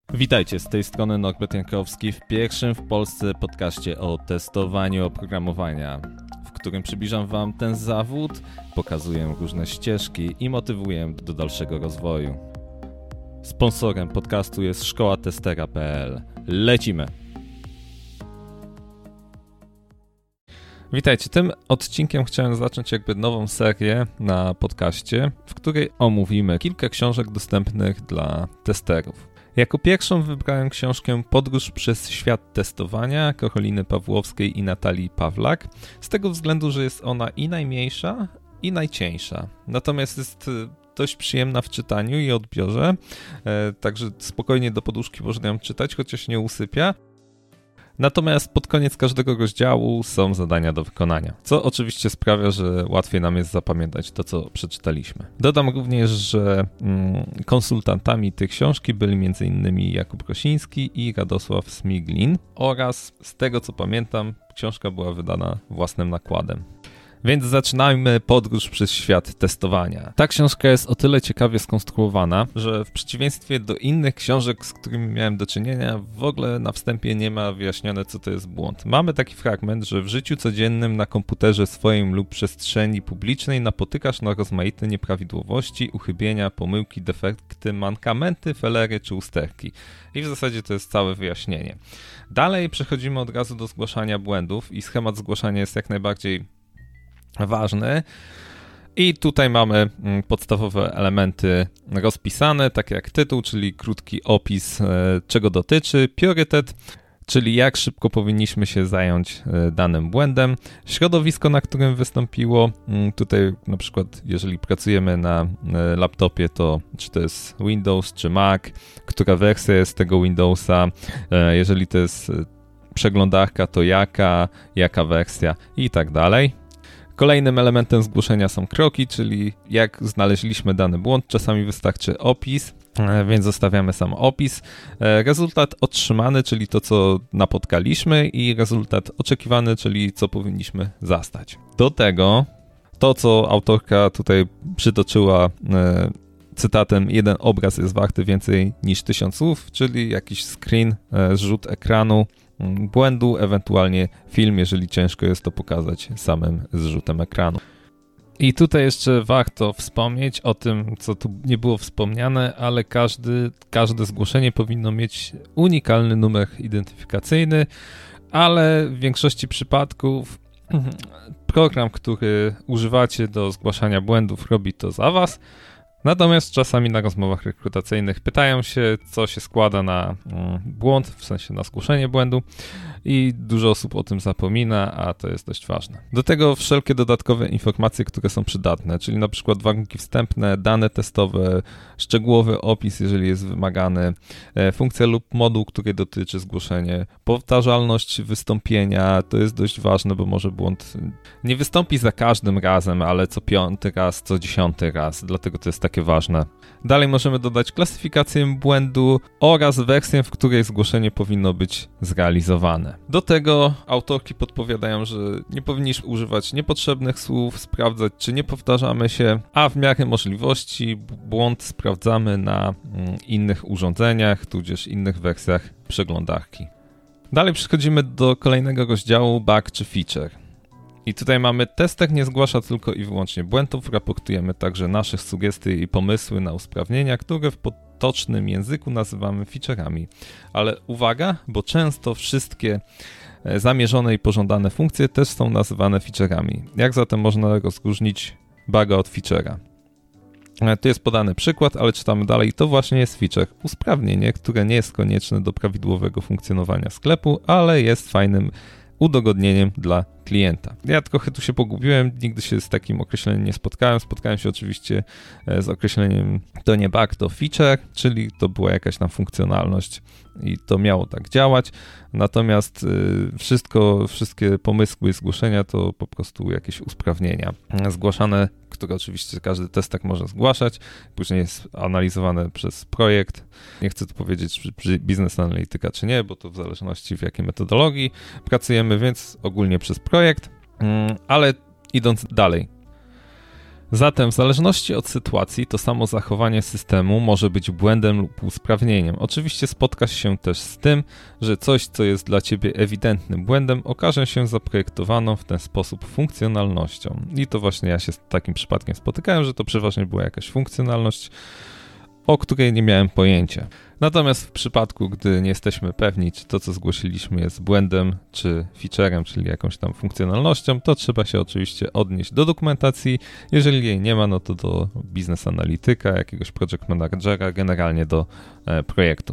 Witajcie, z tej strony Norbert Jankowski w pierwszym w Polsce podcaście o testowaniu oprogramowania, w którym przybliżam Wam ten zawód, pokazuję różne ścieżki i motywuję do dalszego rozwoju. Sponsorem podcastu jest szkołatestera.pl. Lecimy! Witajcie, tym odcinkiem chciałem zacząć nową serię na podcaście, w której omówimy kilka książek dostępnych dla testerów. Jako pierwszą wybrałem książkę Podróż przez świat testowania Karoliny Pawłowskiej i Natalii Pawlak, z tego względu, że jest ona i najmniejsza, i najcieńsza. Natomiast jest dość przyjemna w czytaniu i odbiorze, także spokojnie do poduszki można ją czytać, chociaż nie usypia. Natomiast pod koniec każdego rozdziału są zadania do wykonania, co oczywiście sprawia, że łatwiej nam jest zapamiętać to, co przeczytaliśmy. Dodam również, że konsultantami tej książki byli m.in. Jakub Kosiński i Radosław Smiglin oraz, z tego co pamiętam, książka była wydana własnym nakładem. Więc zaczynajmy podróż przez świat testowania. Ta książka jest o tyle ciekawie skonstruowana, że w przeciwieństwie do innych książek, z którymi miałem do czynienia, w ogóle na wstępie nie ma wyjaśnione, co to jest błąd. Mamy taki fragment, że w życiu codziennym na komputerze swoim lub przestrzeni publicznej napotykasz na rozmaite nieprawidłowości, uchybienia, pomyłki, defekty, mankamenty, felery czy usterki. I w zasadzie to jest całe wyjaśnienie. Dalej przechodzimy od razu do zgłaszania błędów i schemat zgłaszania jest jak najbardziej ważny. I tutaj mamy podstawowe elementy rozpisane, takie jak tytuł, czyli krótki opis, czego dotyczy, priorytet, czyli jak szybko powinniśmy się zająć danym błędem, środowisko, na którym wystąpiło. Tutaj na przykład, jeżeli pracujemy na laptopie, to czy to jest Windows, czy Mac, która wersja jest tego Windowsa, jeżeli to jest przeglądarka, to jaka wersja i tak dalej. Kolejnym elementem zgłoszenia są kroki, czyli jak znaleźliśmy dany błąd, czasami wystarczy opis, więc zostawiamy sam opis. Rezultat otrzymany, czyli to, co napotkaliśmy i rezultat oczekiwany, czyli co powinniśmy zastać. Do tego to, co autorka tutaj przytoczyła cytatem, jeden obraz jest warty więcej niż 1000 słów, czyli jakiś screen, zrzut ekranu błędu, ewentualnie film, jeżeli ciężko jest to pokazać samym zrzutem ekranu. I tutaj jeszcze warto wspomnieć o tym, co tu nie było wspomniane, ale każde zgłoszenie powinno mieć unikalny numer identyfikacyjny, ale w większości przypadków program, który używacie do zgłaszania błędów, robi to za was. Natomiast czasami na rozmowach rekrutacyjnych pytają się, co się składa na błąd, w sensie na zgłoszenie błędu i dużo osób o tym zapomina, a to jest dość ważne. Do tego wszelkie dodatkowe informacje, które są przydatne, czyli na przykład warunki wstępne, dane testowe, szczegółowy opis, jeżeli jest wymagany, funkcja lub moduł, który dotyczy zgłoszenia, powtarzalność wystąpienia, to jest dość ważne, bo może błąd nie wystąpi za każdym razem, ale co 5. raz, co 10. raz, dlatego to jest takie ważne. Dalej możemy dodać klasyfikację błędu oraz wersję, w której zgłoszenie powinno być zrealizowane. Do tego autorki podpowiadają, że nie powinniśmy używać niepotrzebnych słów, sprawdzać, czy nie powtarzamy się, a w miarę możliwości błąd sprawdzamy na innych urządzeniach, tudzież innych wersjach przeglądarki. Dalej przechodzimy do kolejnego rozdziału bug czy feature. I tutaj mamy tester nie zgłasza tylko i wyłącznie błędów, raportujemy także nasze sugestie i pomysły na usprawnienia, które w potocznym języku nazywamy feature'ami. Ale uwaga, bo często wszystkie zamierzone i pożądane funkcje też są nazywane feature'ami. Jak zatem można rozróżnić buga od feature'a? Tu jest podany przykład, ale czytamy dalej. To właśnie jest feature. Usprawnienie, które nie jest konieczne do prawidłowego funkcjonowania sklepu, ale jest fajnym udogodnieniem dla klienta. Ja trochę tu się pogubiłem, nigdy się z takim określeniem nie spotkałem. Spotkałem się oczywiście z określeniem to nie bug, to feature, czyli to była jakaś tam funkcjonalność i to miało tak działać. Natomiast wszystkie pomysły i zgłoszenia to po prostu jakieś usprawnienia zgłaszane, które oczywiście każdy testak może zgłaszać. Później jest analizowane przez projekt. Nie chcę tu powiedzieć, czy biznes analityka, czy nie, bo to w zależności w jakiej metodologii pracujemy, więc ogólnie przez projekt. Ale idąc dalej. Zatem w zależności od sytuacji to samo zachowanie systemu może być błędem lub usprawnieniem. Oczywiście spotkasz się też z tym, że coś, co jest dla ciebie ewidentnym błędem, okaże się zaprojektowaną w ten sposób funkcjonalnością. I to właśnie ja się z takim przypadkiem spotykałem, że to przeważnie była jakaś funkcjonalność, o której nie miałem pojęcia. Natomiast w przypadku, gdy nie jesteśmy pewni, czy to, co zgłosiliśmy, jest błędem, czy featurem, czyli jakąś tam funkcjonalnością, to trzeba się oczywiście odnieść do dokumentacji. Jeżeli jej nie ma, no to do biznes analityka, jakiegoś project managera, generalnie do projektu.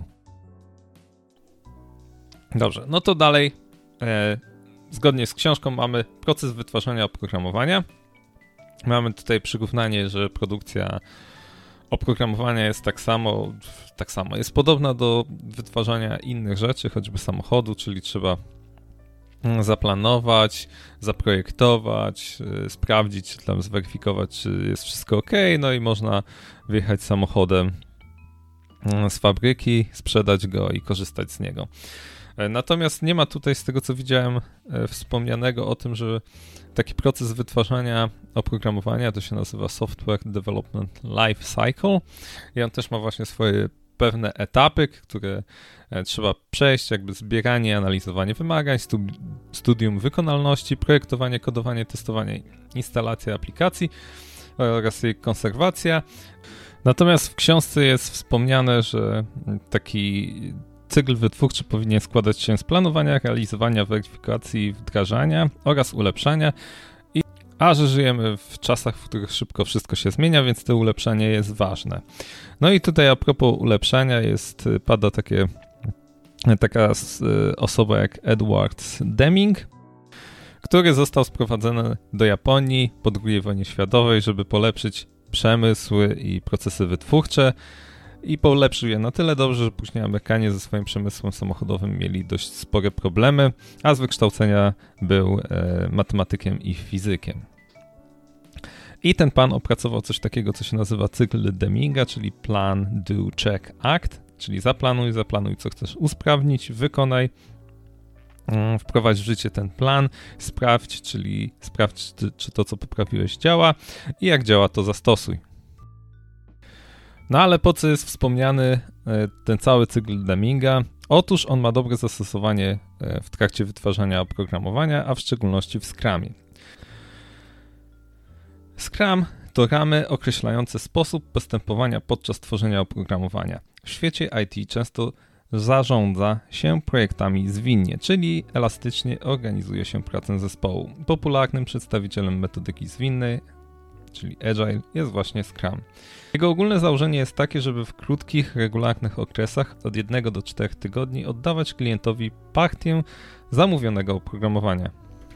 Dobrze, no to dalej. Zgodnie z książką mamy proces wytwarzania oprogramowania. Mamy tutaj przyrównanie, że produkcja oprogramowania jest tak samo, jest podobna do wytwarzania innych rzeczy, choćby samochodu, czyli trzeba zaplanować, zaprojektować, sprawdzić, tam zweryfikować, czy jest wszystko ok, no i można wyjechać samochodem z fabryki, sprzedać go i korzystać z niego. Natomiast nie ma tutaj, z tego co widziałem, wspomnianego o tym, że taki proces wytwarzania oprogramowania to się nazywa Software Development Life Cycle i on też ma właśnie swoje pewne etapy, które trzeba przejść, jakby zbieranie, analizowanie wymagań, studium wykonalności, projektowanie, kodowanie, testowanie, instalacja aplikacji oraz jej konserwacja. Natomiast w książce jest wspomniane, że taki cykl wytwórczy powinien składać się z planowania, realizowania, weryfikacji, wdrażania oraz ulepszania. A że żyjemy w czasach, w których szybko wszystko się zmienia, więc to ulepszanie jest ważne. No i tutaj a propos ulepszania pada taka osoba jak Edward Deming, który został sprowadzony do Japonii po II wojnie światowej, żeby polepszyć przemysły i procesy wytwórcze. I polepszył je na tyle dobrze, że później Amerykanie ze swoim przemysłem samochodowym mieli dość spore problemy, a z wykształcenia był matematykiem i fizykiem. I ten pan opracował coś takiego, co się nazywa cykl Deminga, czyli Plan, Do, Check, Act, czyli zaplanuj, co chcesz usprawnić, wykonaj, wprowadź w życie ten plan, sprawdź, czy to, co poprawiłeś, działa i jak działa, to zastosuj. No ale po co jest wspomniany ten cały cykl Deminga? Otóż on ma dobre zastosowanie w trakcie wytwarzania oprogramowania, a w szczególności w Scrumie. Scrum to ramy określające sposób postępowania podczas tworzenia oprogramowania. W świecie IT często zarządza się projektami zwinnie, czyli elastycznie organizuje się pracę zespołu. Popularnym przedstawicielem metodyki zwinnej, czyli Agile, jest właśnie Scrum. Jego ogólne założenie jest takie, żeby w krótkich, regularnych okresach od 1 do 4 tygodni oddawać klientowi partię zamówionego oprogramowania.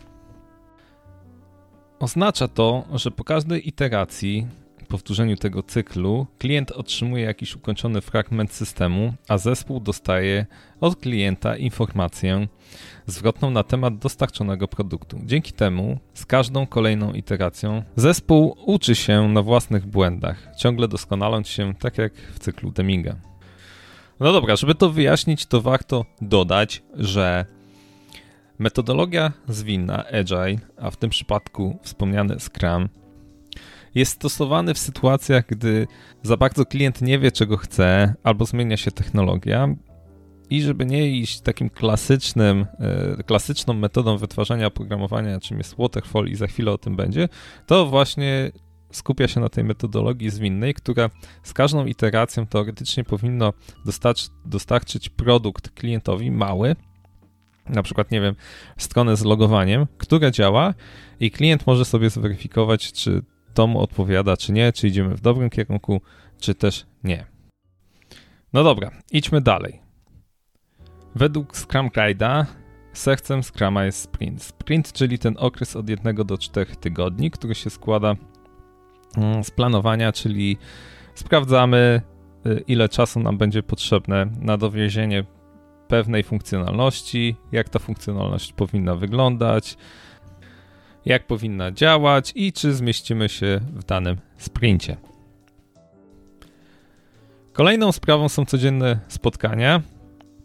Oznacza to, że po każdej iteracji, powtórzeniu tego cyklu, klient otrzymuje jakiś ukończony fragment systemu, a zespół dostaje od klienta informację zwrotną na temat dostarczonego produktu. Dzięki temu z każdą kolejną iteracją zespół uczy się na własnych błędach, ciągle doskonaląc się, tak jak w cyklu Deminga. No dobra, żeby to wyjaśnić, to warto dodać, że metodologia zwinna, Agile, a w tym przypadku wspomniany Scrum, jest stosowany w sytuacjach, gdy za bardzo klient nie wie, czego chce, albo zmienia się technologia i żeby nie iść takim klasyczną metodą wytwarzania oprogramowania, czym jest waterfall i za chwilę o tym będzie, to właśnie skupia się na tej metodologii zwinnej, która z każdą iteracją teoretycznie powinno dostarczyć produkt klientowi mały, na przykład, nie wiem, stronę z logowaniem, która działa i klient może sobie zweryfikować, czy to mu odpowiada, czy nie, czy idziemy w dobrym kierunku, czy też nie. No dobra, idźmy dalej. Według Scrum Guide'a sercem Scruma jest sprint. Sprint, czyli ten okres od 1 do 4 tygodni, który się składa z planowania, czyli sprawdzamy, ile czasu nam będzie potrzebne na dowiezienie pewnej funkcjonalności, jak ta funkcjonalność powinna wyglądać, jak powinna działać i czy zmieścimy się w danym sprincie. Kolejną sprawą są codzienne spotkania,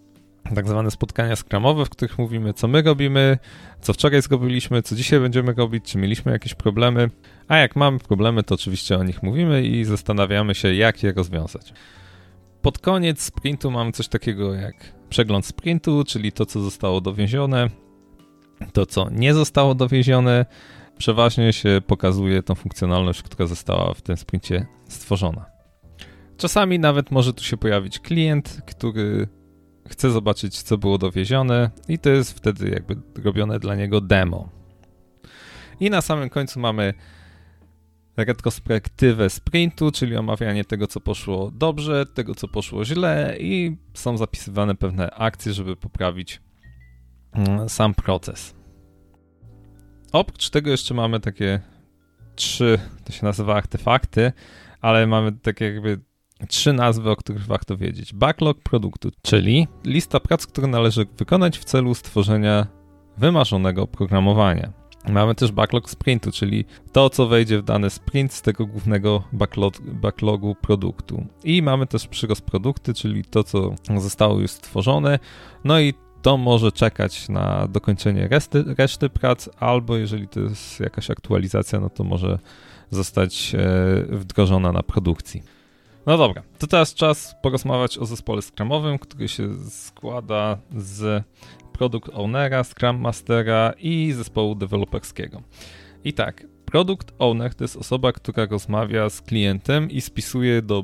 tak zwane spotkania scrumowe, w których mówimy, co my robimy, co wczoraj zrobiliśmy, co dzisiaj będziemy robić, czy mieliśmy jakieś problemy. A jak mamy problemy, to oczywiście o nich mówimy i zastanawiamy się, jak je rozwiązać. Pod koniec sprintu mamy coś takiego jak przegląd sprintu, czyli to, co zostało dowiezione, to, co nie zostało dowiezione. Przeważnie się pokazuje tą funkcjonalność, która została w tym sprincie stworzona. Czasami nawet może tu się pojawić klient, który chce zobaczyć, co było dowiezione i to jest wtedy jakby robione dla niego demo. I na samym końcu mamy retrospektywę sprintu, czyli omawianie tego, co poszło dobrze, tego, co poszło źle i są zapisywane pewne akcje, żeby poprawić sam proces. Oprócz tego jeszcze mamy takie 3, to się nazywa artefakty, ale mamy takie jakby 3 nazwy, o których warto wiedzieć. Backlog produktu, czyli lista prac, które należy wykonać w celu stworzenia wymarzonego oprogramowania. Mamy też backlog sprintu, czyli to, co wejdzie w dany sprint z tego głównego backlogu produktu. I mamy też przyrost produkty, czyli to, co zostało już stworzone. No i to może czekać na dokończenie reszty prac, albo jeżeli to jest jakaś aktualizacja, no to może zostać wdrożona na produkcji. No dobra, to teraz czas porozmawiać o zespole scrumowym, który się składa z Product Ownera, Scrum Mastera i zespołu deweloperskiego. I tak, Product Owner to jest osoba, która rozmawia z klientem i spisuje do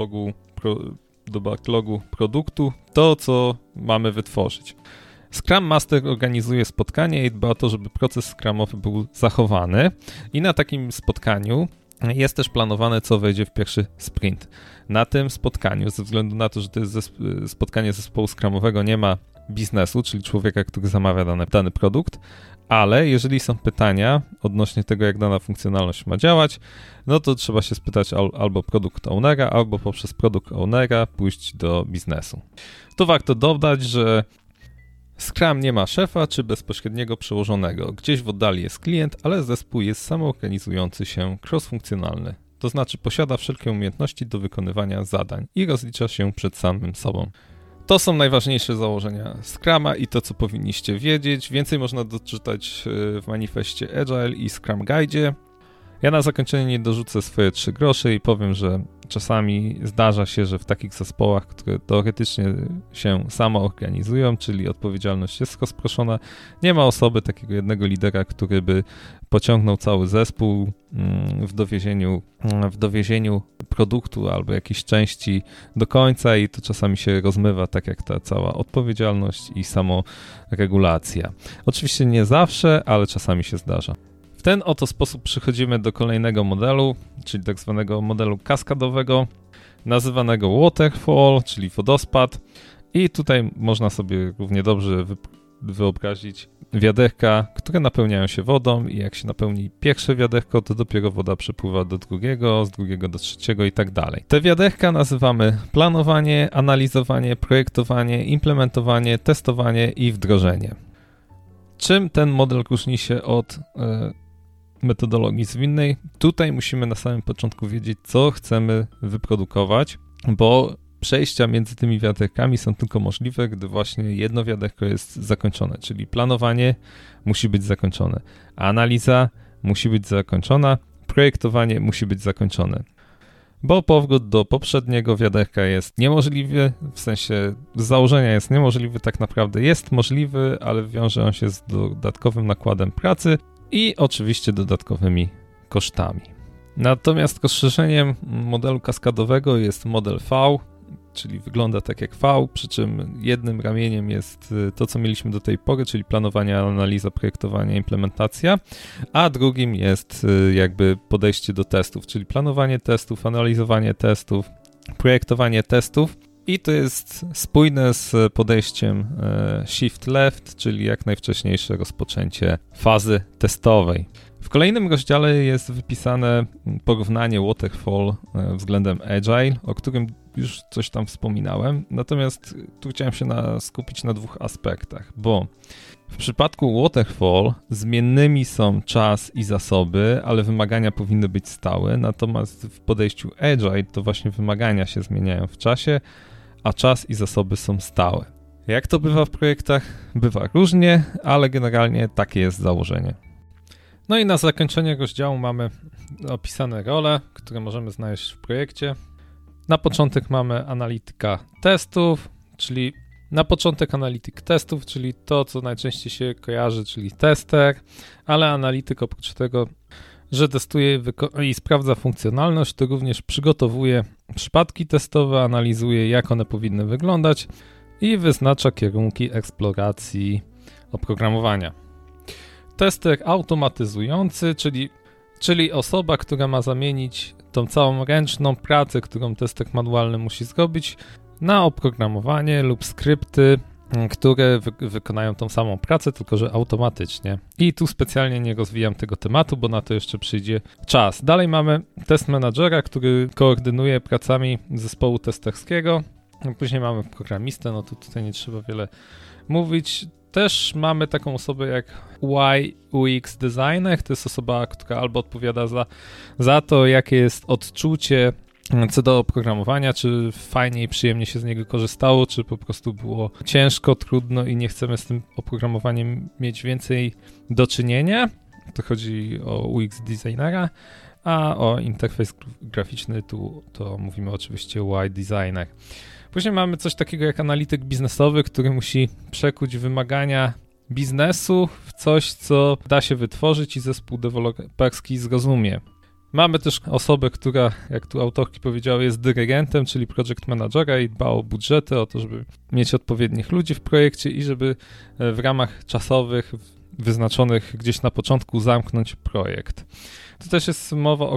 backlogu produktu to, co mamy wytworzyć. Scrum Master organizuje spotkanie i dba o to, żeby proces scrumowy był zachowany i na takim spotkaniu jest też planowane, co wejdzie w pierwszy sprint. Na tym spotkaniu, ze względu na to, że to jest spotkanie zespołu scrumowego, nie ma biznesu, czyli człowieka, który zamawia dany produkt, ale jeżeli są pytania odnośnie tego, jak dana funkcjonalność ma działać, no to trzeba się spytać albo product ownera, albo poprzez product ownera pójść do biznesu. Tu warto dodać, że Scrum nie ma szefa czy bezpośredniego przełożonego. Gdzieś w oddali jest klient, ale zespół jest samoorganizujący się, cross-funkcjonalny. To znaczy posiada wszelkie umiejętności do wykonywania zadań i rozlicza się przed samym sobą. To są najważniejsze założenia Scruma i to, co powinniście wiedzieć. Więcej można doczytać w manifestie Agile i Scrum Guide. Ja na zakończenie nie dorzucę swoje 3 grosze i powiem, że czasami zdarza się, że w takich zespołach, które teoretycznie się samo organizują, czyli odpowiedzialność jest rozproszona, nie ma osoby, takiego jednego lidera, który by pociągnął cały zespół w dowiezieniu produktu albo jakiejś części do końca i to czasami się rozmywa, tak jak ta cała odpowiedzialność i samoregulacja. Oczywiście nie zawsze, ale czasami się zdarza. W ten oto sposób przechodzimy do kolejnego modelu, czyli tak zwanego modelu kaskadowego, nazywanego waterfall, czyli wodospad. I tutaj można sobie równie dobrze wyobrazić wiaderka, które napełniają się wodą i jak się napełni pierwsze wiaderko, to dopiero woda przepływa do drugiego, z drugiego do trzeciego i tak dalej. Te wiaderka nazywamy planowanie, analizowanie, projektowanie, implementowanie, testowanie i wdrożenie. Czym ten model różni się od metodologii zwinnej? Tutaj musimy na samym początku wiedzieć, co chcemy wyprodukować, bo przejścia między tymi wiaderkami są tylko możliwe, gdy właśnie jedno wiaderko jest zakończone, czyli planowanie musi być zakończone, analiza musi być zakończona, projektowanie musi być zakończone. Bo powrót do poprzedniego wiaderka jest niemożliwy, w sensie z założenia jest niemożliwy, tak naprawdę jest możliwy, ale wiąże on się z dodatkowym nakładem pracy i oczywiście dodatkowymi kosztami. Natomiast rozszerzeniem modelu kaskadowego jest model V, czyli wygląda tak jak V, przy czym jednym ramieniem jest to, co mieliśmy do tej pory, czyli planowanie, analiza, projektowanie, implementacja, a drugim jest jakby podejście do testów, czyli planowanie testów, analizowanie testów, projektowanie testów i to jest spójne z podejściem shift left, czyli jak najwcześniejsze rozpoczęcie fazy testowej. W kolejnym rozdziale jest wypisane porównanie waterfall względem agile, o którym już coś tam wspominałem, natomiast tu chciałem się skupić na 2 aspektach, bo w przypadku waterfall zmiennymi są czas i zasoby, ale wymagania powinny być stałe, natomiast w podejściu agile to właśnie wymagania się zmieniają w czasie, a czas i zasoby są stałe. Jak to bywa w projektach? Bywa różnie, ale generalnie takie jest założenie. No i na zakończenie rozdziału mamy opisane role, które możemy znaleźć w projekcie. Na początek mamy analityka testów, czyli na początek analityk testów, czyli to, co najczęściej się kojarzy, czyli tester, ale analityk oprócz tego, że testuje i sprawdza funkcjonalność, to również przygotowuje przypadki testowe, analizuje, jak one powinny wyglądać i wyznacza kierunki eksploracji oprogramowania. Tester automatyzujący, czyli osoba, która ma zamienić tą całą ręczną pracę, którą tester manualny musi zrobić, na oprogramowanie lub skrypty, które wykonają tą samą pracę, tylko że automatycznie. I tu specjalnie nie rozwijam tego tematu, bo na to jeszcze przyjdzie czas. Dalej mamy test managera, który koordynuje pracami zespołu testerskiego. Później mamy programistę, no to tutaj nie trzeba wiele mówić. Też mamy taką osobę jak UX designer, to jest osoba, która albo odpowiada za to, jakie jest odczucie co do oprogramowania, czy fajnie i przyjemnie się z niego korzystało, czy po prostu było ciężko, trudno i nie chcemy z tym oprogramowaniem mieć więcej do czynienia. To chodzi o UX designera, a o interfejs graficzny to mówimy oczywiście UI designer. Później mamy coś takiego jak analityk biznesowy, który musi przekuć wymagania biznesu w coś, co da się wytworzyć i zespół deweloperski zrozumie. Mamy też osobę, która, jak tu autorki powiedziały, jest dyrygentem, czyli project managera i dba o budżety, o to, żeby mieć odpowiednich ludzi w projekcie i żeby w ramach czasowych wyznaczonych gdzieś na początku zamknąć projekt. Tu też jest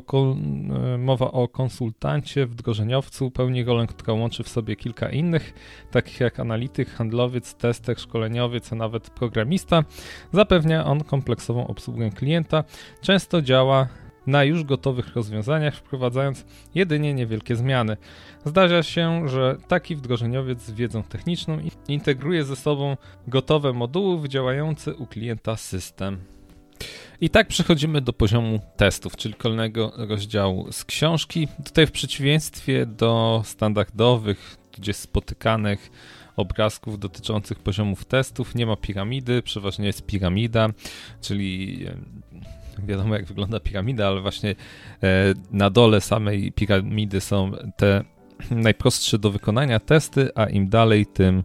mowa o konsultancie, wdrożeniowcu, pełni rolę, która łączy w sobie kilka innych, takich jak analityk, handlowiec, tester, szkoleniowiec, a nawet programista. Zapewnia on kompleksową obsługę klienta, często działa na już gotowych rozwiązaniach, wprowadzając jedynie niewielkie zmiany. Zdarza się, że taki wdrożeniowiec z wiedzą techniczną integruje ze sobą gotowe moduły działający u klienta system. I tak przechodzimy do poziomu testów, czyli kolejnego rozdziału z książki. Tutaj w przeciwieństwie do standardowych, tudzież spotykanych obrazków dotyczących poziomów testów nie ma piramidy, przeważnie jest piramida, czyli wiadomo jak wygląda piramida, ale właśnie na dole samej piramidy są te najprostsze do wykonania testy, a im dalej,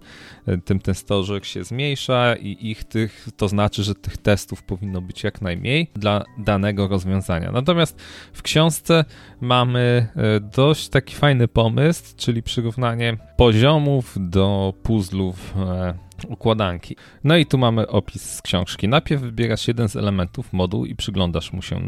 tym ten stożek się zmniejsza i to znaczy, że tych testów powinno być jak najmniej dla danego rozwiązania. Natomiast w książce mamy dość taki fajny pomysł, czyli przyrównanie poziomów do puzzlów układanki. No i tu mamy opis z książki. Najpierw wybierasz jeden z elementów modułu i przyglądasz mu się.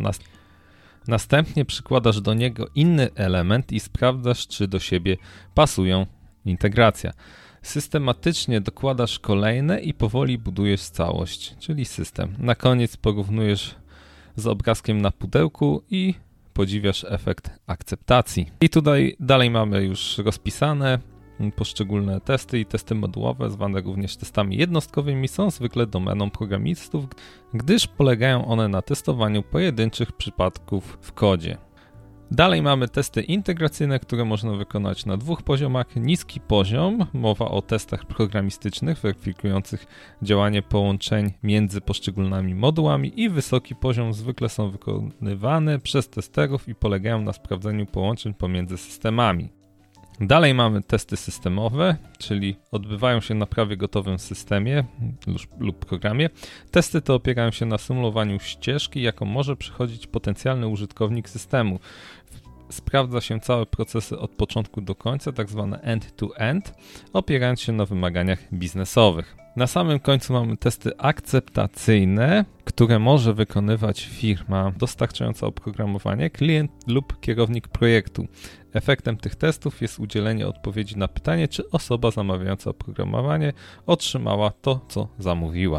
Następnie przykładasz do niego inny element i sprawdzasz, czy do siebie pasują. Integracja. Systematycznie dokładasz kolejne i powoli budujesz całość, czyli system. Na koniec porównujesz z obrazkiem na pudełku i podziwiasz efekt akceptacji. I tutaj dalej mamy już rozpisane poszczególne testy i testy modułowe, zwane również testami jednostkowymi, są zwykle domeną programistów, gdyż polegają one na testowaniu pojedynczych przypadków w kodzie. Dalej mamy testy integracyjne, które można wykonać na dwóch poziomach. Niski poziom, mowa o testach programistycznych weryfikujących działanie połączeń między poszczególnymi modułami i wysoki poziom zwykle są wykonywane przez testerów i polegają na sprawdzeniu połączeń pomiędzy systemami. Dalej mamy testy systemowe, czyli odbywają się na prawie gotowym systemie lub programie. Testy te opierają się na symulowaniu ścieżki, jaką może przechodzić potencjalny użytkownik systemu. Sprawdza się całe procesy od początku do końca, tak zwane end-to-end, opierając się na wymaganiach biznesowych. Na samym końcu mamy testy akceptacyjne, które może wykonywać firma dostarczająca oprogramowanie, klient lub kierownik projektu. Efektem tych testów jest udzielenie odpowiedzi na pytanie, czy osoba zamawiająca oprogramowanie otrzymała to, co zamówiła.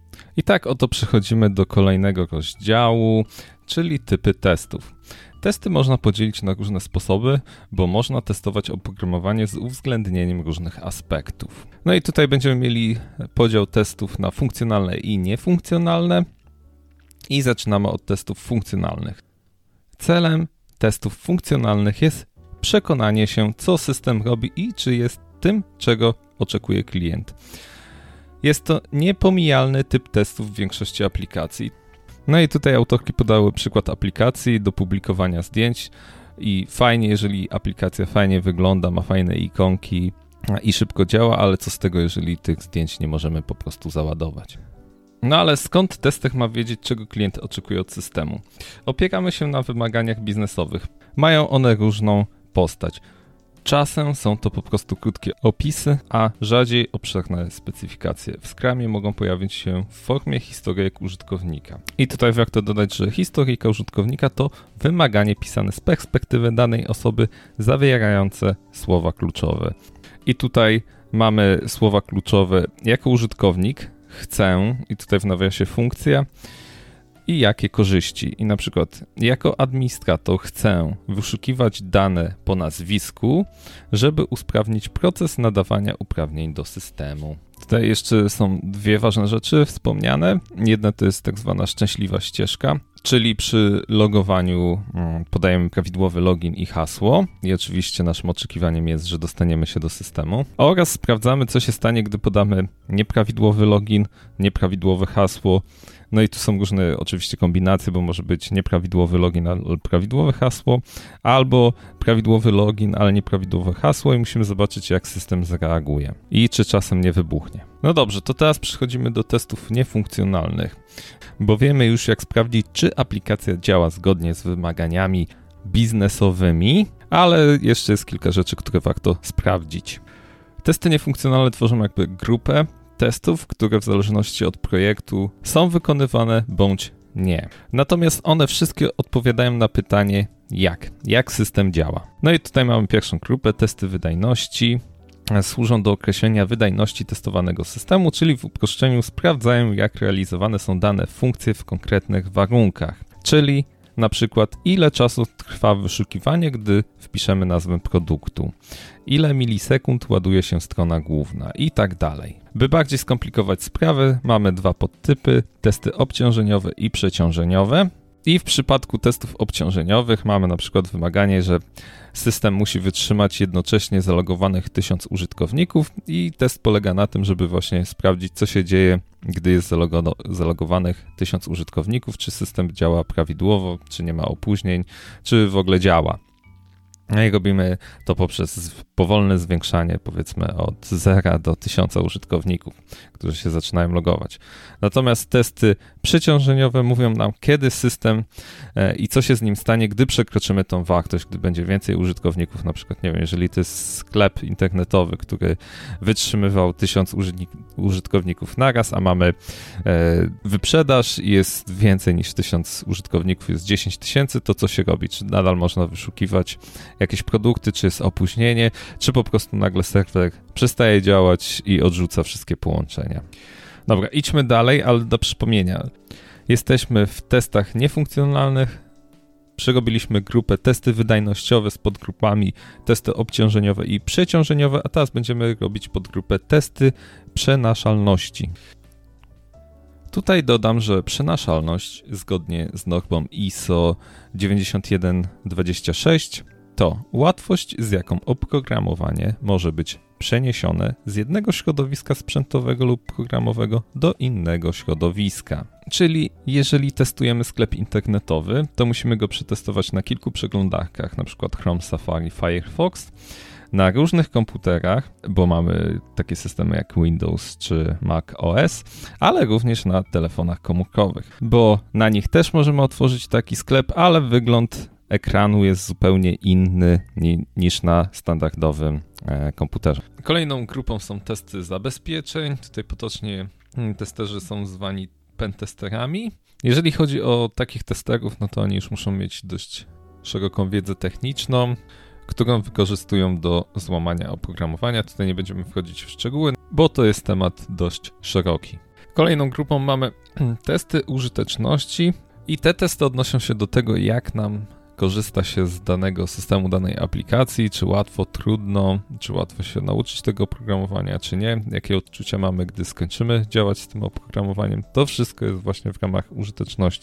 I tak oto przechodzimy do kolejnego rozdziału, czyli typy testów. Testy można podzielić na różne sposoby, bo można testować oprogramowanie z uwzględnieniem różnych aspektów. No i tutaj będziemy mieli podział testów na funkcjonalne i niefunkcjonalne i zaczynamy od testów funkcjonalnych. Celem testów funkcjonalnych jest przekonanie się, co system robi i czy jest tym, czego oczekuje klient. Jest to niepomijalny typ testów w większości aplikacji. No i tutaj autorki podały przykład aplikacji do publikowania zdjęć i fajnie, jeżeli aplikacja fajnie wygląda, ma fajne ikonki i szybko działa, ale co z tego, jeżeli tych zdjęć nie możemy po prostu załadować? No ale skąd tester ma wiedzieć, czego klient oczekuje od systemu? Opieramy się na wymaganiach biznesowych. Mają one różną postać. Czasem są to po prostu krótkie opisy, a rzadziej obszerne specyfikacje. W Scrumie mogą pojawić się w formie historyjek użytkownika. I tutaj warto dodać, że historyjka użytkownika to wymaganie pisane z perspektywy danej osoby, zawierające słowa kluczowe. I tutaj mamy słowa kluczowe jako użytkownik, chcę, i tutaj w nawiasie funkcja, i jakie korzyści. I na przykład jako administrator chcę wyszukiwać dane po nazwisku, żeby usprawnić proces nadawania uprawnień do systemu. Tutaj jeszcze są dwie ważne rzeczy wspomniane. Jedna to jest tak zwana szczęśliwa ścieżka, czyli przy logowaniu podajemy prawidłowy login i hasło i oczywiście naszym oczekiwaniem jest, że dostaniemy się do systemu oraz sprawdzamy, co się stanie, gdy podamy nieprawidłowy login, nieprawidłowe hasło. No i tu są różne oczywiście kombinacje, bo może być nieprawidłowy login, ale prawidłowe hasło, albo prawidłowy login, ale nieprawidłowe hasło i musimy zobaczyć, jak system zareaguje i czy czasem nie wybuchnie. No dobrze, to teraz przechodzimy do testów niefunkcjonalnych, bo wiemy już, jak sprawdzić, czy aplikacja działa zgodnie z wymaganiami biznesowymi, ale jeszcze jest kilka rzeczy, które warto sprawdzić. Testy niefunkcjonalne tworzą jakby grupę testów, które w zależności od projektu są wykonywane bądź nie. Natomiast one wszystkie odpowiadają na pytanie jak system działa. No i tutaj mamy pierwszą grupę, testy wydajności. Służą do określenia wydajności testowanego systemu, czyli w uproszczeniu sprawdzają, jak realizowane są dane funkcje w konkretnych warunkach. Czyli na przykład ile czasu trwa wyszukiwanie, gdy wpiszemy nazwę produktu, ile milisekund ładuje się strona główna i tak dalej. By bardziej skomplikować sprawę, mamy dwa podtypy, testy obciążeniowe i przeciążeniowe. I w przypadku testów obciążeniowych mamy na przykład wymaganie, że system musi wytrzymać jednocześnie zalogowanych 1000 użytkowników i test polega na tym, żeby właśnie sprawdzić, co się dzieje, gdy jest zalogowanych 1000 użytkowników, czy system działa prawidłowo, czy nie ma opóźnień, czy w ogóle działa. No i robimy to poprzez powolne zwiększanie, powiedzmy od 0 do 1000 użytkowników, którzy się zaczynają logować. Natomiast testy przeciążeniowe mówią nam, kiedy system i co się z nim stanie, gdy przekroczymy tą wartość, gdy będzie więcej użytkowników, na przykład, nie wiem, jeżeli to jest sklep internetowy, który wytrzymywał 1000 użytkowników naraz, a mamy wyprzedaż i jest więcej niż 1000 użytkowników, jest 10 000, to co się robi? Czy nadal można wyszukiwać jakieś produkty, czy jest opóźnienie, czy po prostu nagle serwer przestaje działać i odrzuca wszystkie połączenia. Dobra, idźmy dalej, ale do przypomnienia. Jesteśmy w testach niefunkcjonalnych, przerobiliśmy grupę testy wydajnościowe z podgrupami testy obciążeniowe i przeciążeniowe, a teraz będziemy robić podgrupę testy przenaszalności. Tutaj dodam, że przenaszalność zgodnie z normą ISO 9126 to łatwość, z jaką oprogramowanie może być przeniesione z jednego środowiska sprzętowego lub programowego do innego środowiska. Czyli jeżeli testujemy sklep internetowy, to musimy go przetestować na kilku przeglądarkach, np. Chrome, Safari, Firefox, na różnych komputerach, bo mamy takie systemy jak Windows czy Mac OS, ale również na telefonach komórkowych, bo na nich też możemy otworzyć taki sklep, ale wygląd ekranu jest zupełnie inny niż na standardowym komputerze. Kolejną grupą są testy zabezpieczeń. Tutaj potocznie testerzy są zwani pentesterami. Jeżeli chodzi o takich testerów, no to oni już muszą mieć dość szeroką wiedzę techniczną, którą wykorzystują do złamania oprogramowania. Tutaj nie będziemy wchodzić w szczegóły, bo to jest temat dość szeroki. Kolejną grupą mamy testy użyteczności i te testy odnoszą się do tego, jak nam korzysta się z danego systemu, danej aplikacji, czy łatwo, trudno, czy łatwo się nauczyć tego oprogramowania, czy nie, jakie odczucia mamy, gdy skończymy działać z tym oprogramowaniem. To wszystko jest właśnie w ramach użyteczności.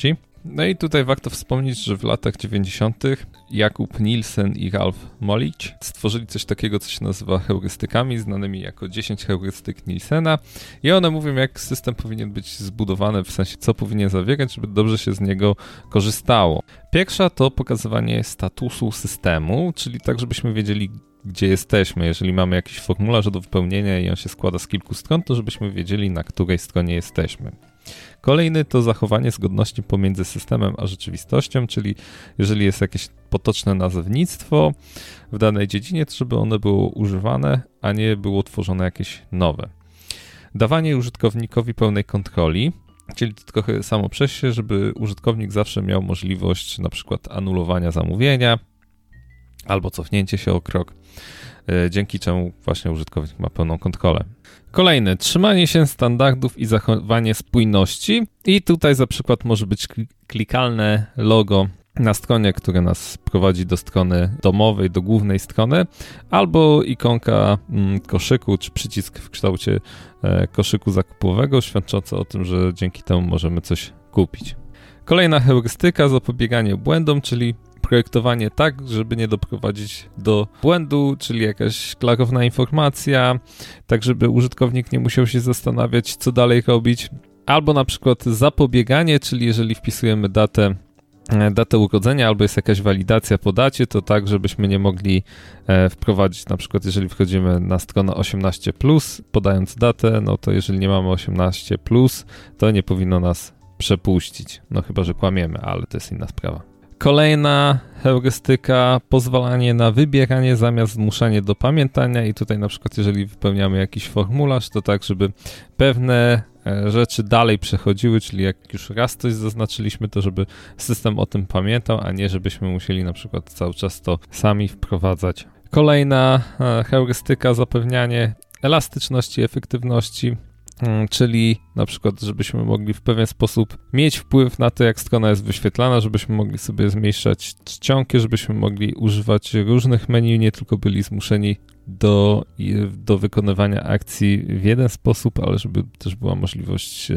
No i tutaj warto wspomnieć, że w latach 90. Jakub Nielsen i Ralph Molich stworzyli coś takiego, co się nazywa heurystykami, znanymi jako 10 heurystyk Nielsena i one mówią, jak system powinien być zbudowany, w sensie co powinien zawierać, żeby dobrze się z niego korzystało. Pierwsza to pokazywanie statusu systemu, czyli tak, żebyśmy wiedzieli, gdzie jesteśmy. Jeżeli mamy jakiś formularz do wypełnienia i on się składa z kilku stron, to żebyśmy wiedzieli, na której stronie jesteśmy. Kolejny to zachowanie zgodności pomiędzy systemem a rzeczywistością, czyli jeżeli jest jakieś potoczne nazewnictwo w danej dziedzinie, to żeby one było używane, a nie było tworzone jakieś nowe. Dawanie użytkownikowi pełnej kontroli, czyli to trochę samo przez się, żeby użytkownik zawsze miał możliwość na przykład anulowania zamówienia albo cofnięcie się o krok, dzięki czemu właśnie użytkownik ma pełną kontrolę. Kolejny, trzymanie się standardów i zachowanie spójności. I tutaj za przykład może być klikalne logo na stronie, które nas prowadzi do strony domowej, do głównej strony, albo ikonka koszyku, czy przycisk w kształcie koszyku zakupowego, świadczący o tym, że dzięki temu możemy coś kupić. Kolejna heurystyka, zapobieganie błędom, czyli projektowanie tak, żeby nie doprowadzić do błędu, czyli jakaś klarowna informacja, tak żeby użytkownik nie musiał się zastanawiać, co dalej robić. Albo na przykład zapobieganie, czyli jeżeli wpisujemy datę urodzenia albo jest jakaś walidacja po dacie, to tak, żebyśmy nie mogli wprowadzić, na przykład jeżeli wchodzimy na stronę 18+, podając datę, no to jeżeli nie mamy 18+, to nie powinno nas przepuścić. No chyba, że kłamiemy, ale to jest inna sprawa. Kolejna heurystyka, pozwalanie na wybieranie zamiast zmuszanie do pamiętania i tutaj na przykład jeżeli wypełniamy jakiś formularz, to tak, żeby pewne rzeczy dalej przechodziły, czyli jak już raz coś zaznaczyliśmy, to żeby system o tym pamiętał, a nie żebyśmy musieli na przykład cały czas to sami wprowadzać. Kolejna heurystyka, zapewnianie elastyczności, efektywności, czyli na przykład, żebyśmy mogli w pewien sposób mieć wpływ na to, jak strona jest wyświetlana, żebyśmy mogli sobie zmniejszać czcionki, żebyśmy mogli używać różnych menu, nie tylko byli zmuszeni do wykonywania akcji w jeden sposób, ale żeby też była możliwość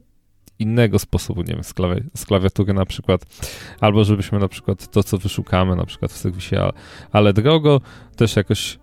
innego sposobu, nie wiem, z klawiatury na przykład, albo żebyśmy na przykład to, co wyszukamy, na przykład w serwisie Ale Drogo, też jakoś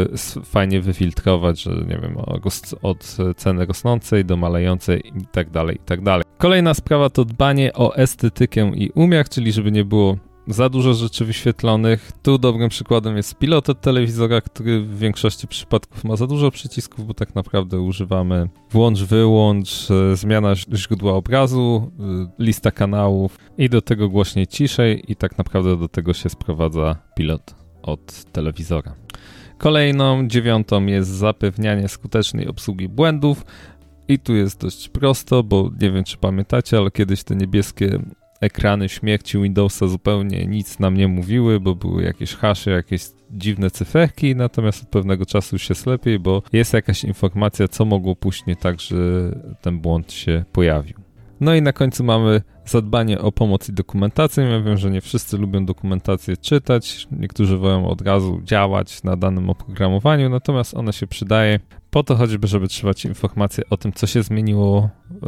fajnie wyfiltrować, że nie wiem, od ceny rosnącej do malejącej i tak dalej, i tak dalej. Kolejna sprawa to dbanie o estetykę i umiar, czyli żeby nie było za dużo rzeczy wyświetlonych. Tu dobrym przykładem jest pilot od telewizora, który w większości przypadków ma za dużo przycisków, bo tak naprawdę używamy włącz, wyłącz, zmiana źródła obrazu, lista kanałów i do tego głośniej, ciszej i tak naprawdę do tego się sprowadza pilot od telewizora. Kolejną, 9. jest zapewnianie skutecznej obsługi błędów i tu jest dość prosto, bo nie wiem, czy pamiętacie, ale kiedyś te niebieskie ekrany śmierci Windowsa zupełnie nic nam nie mówiły, bo były jakieś hasze, jakieś dziwne cyferki, natomiast od pewnego czasu już jest lepiej, bo jest jakaś informacja, co mogło pójść nie tak, że ten błąd się pojawił. No i na końcu mamy zadbanie o pomoc i dokumentację. Ja wiem, że nie wszyscy lubią dokumentację czytać, niektórzy wolą od razu działać na danym oprogramowaniu, natomiast one się przydaje po to choćby, żeby trzymać informacje o tym, co się zmieniło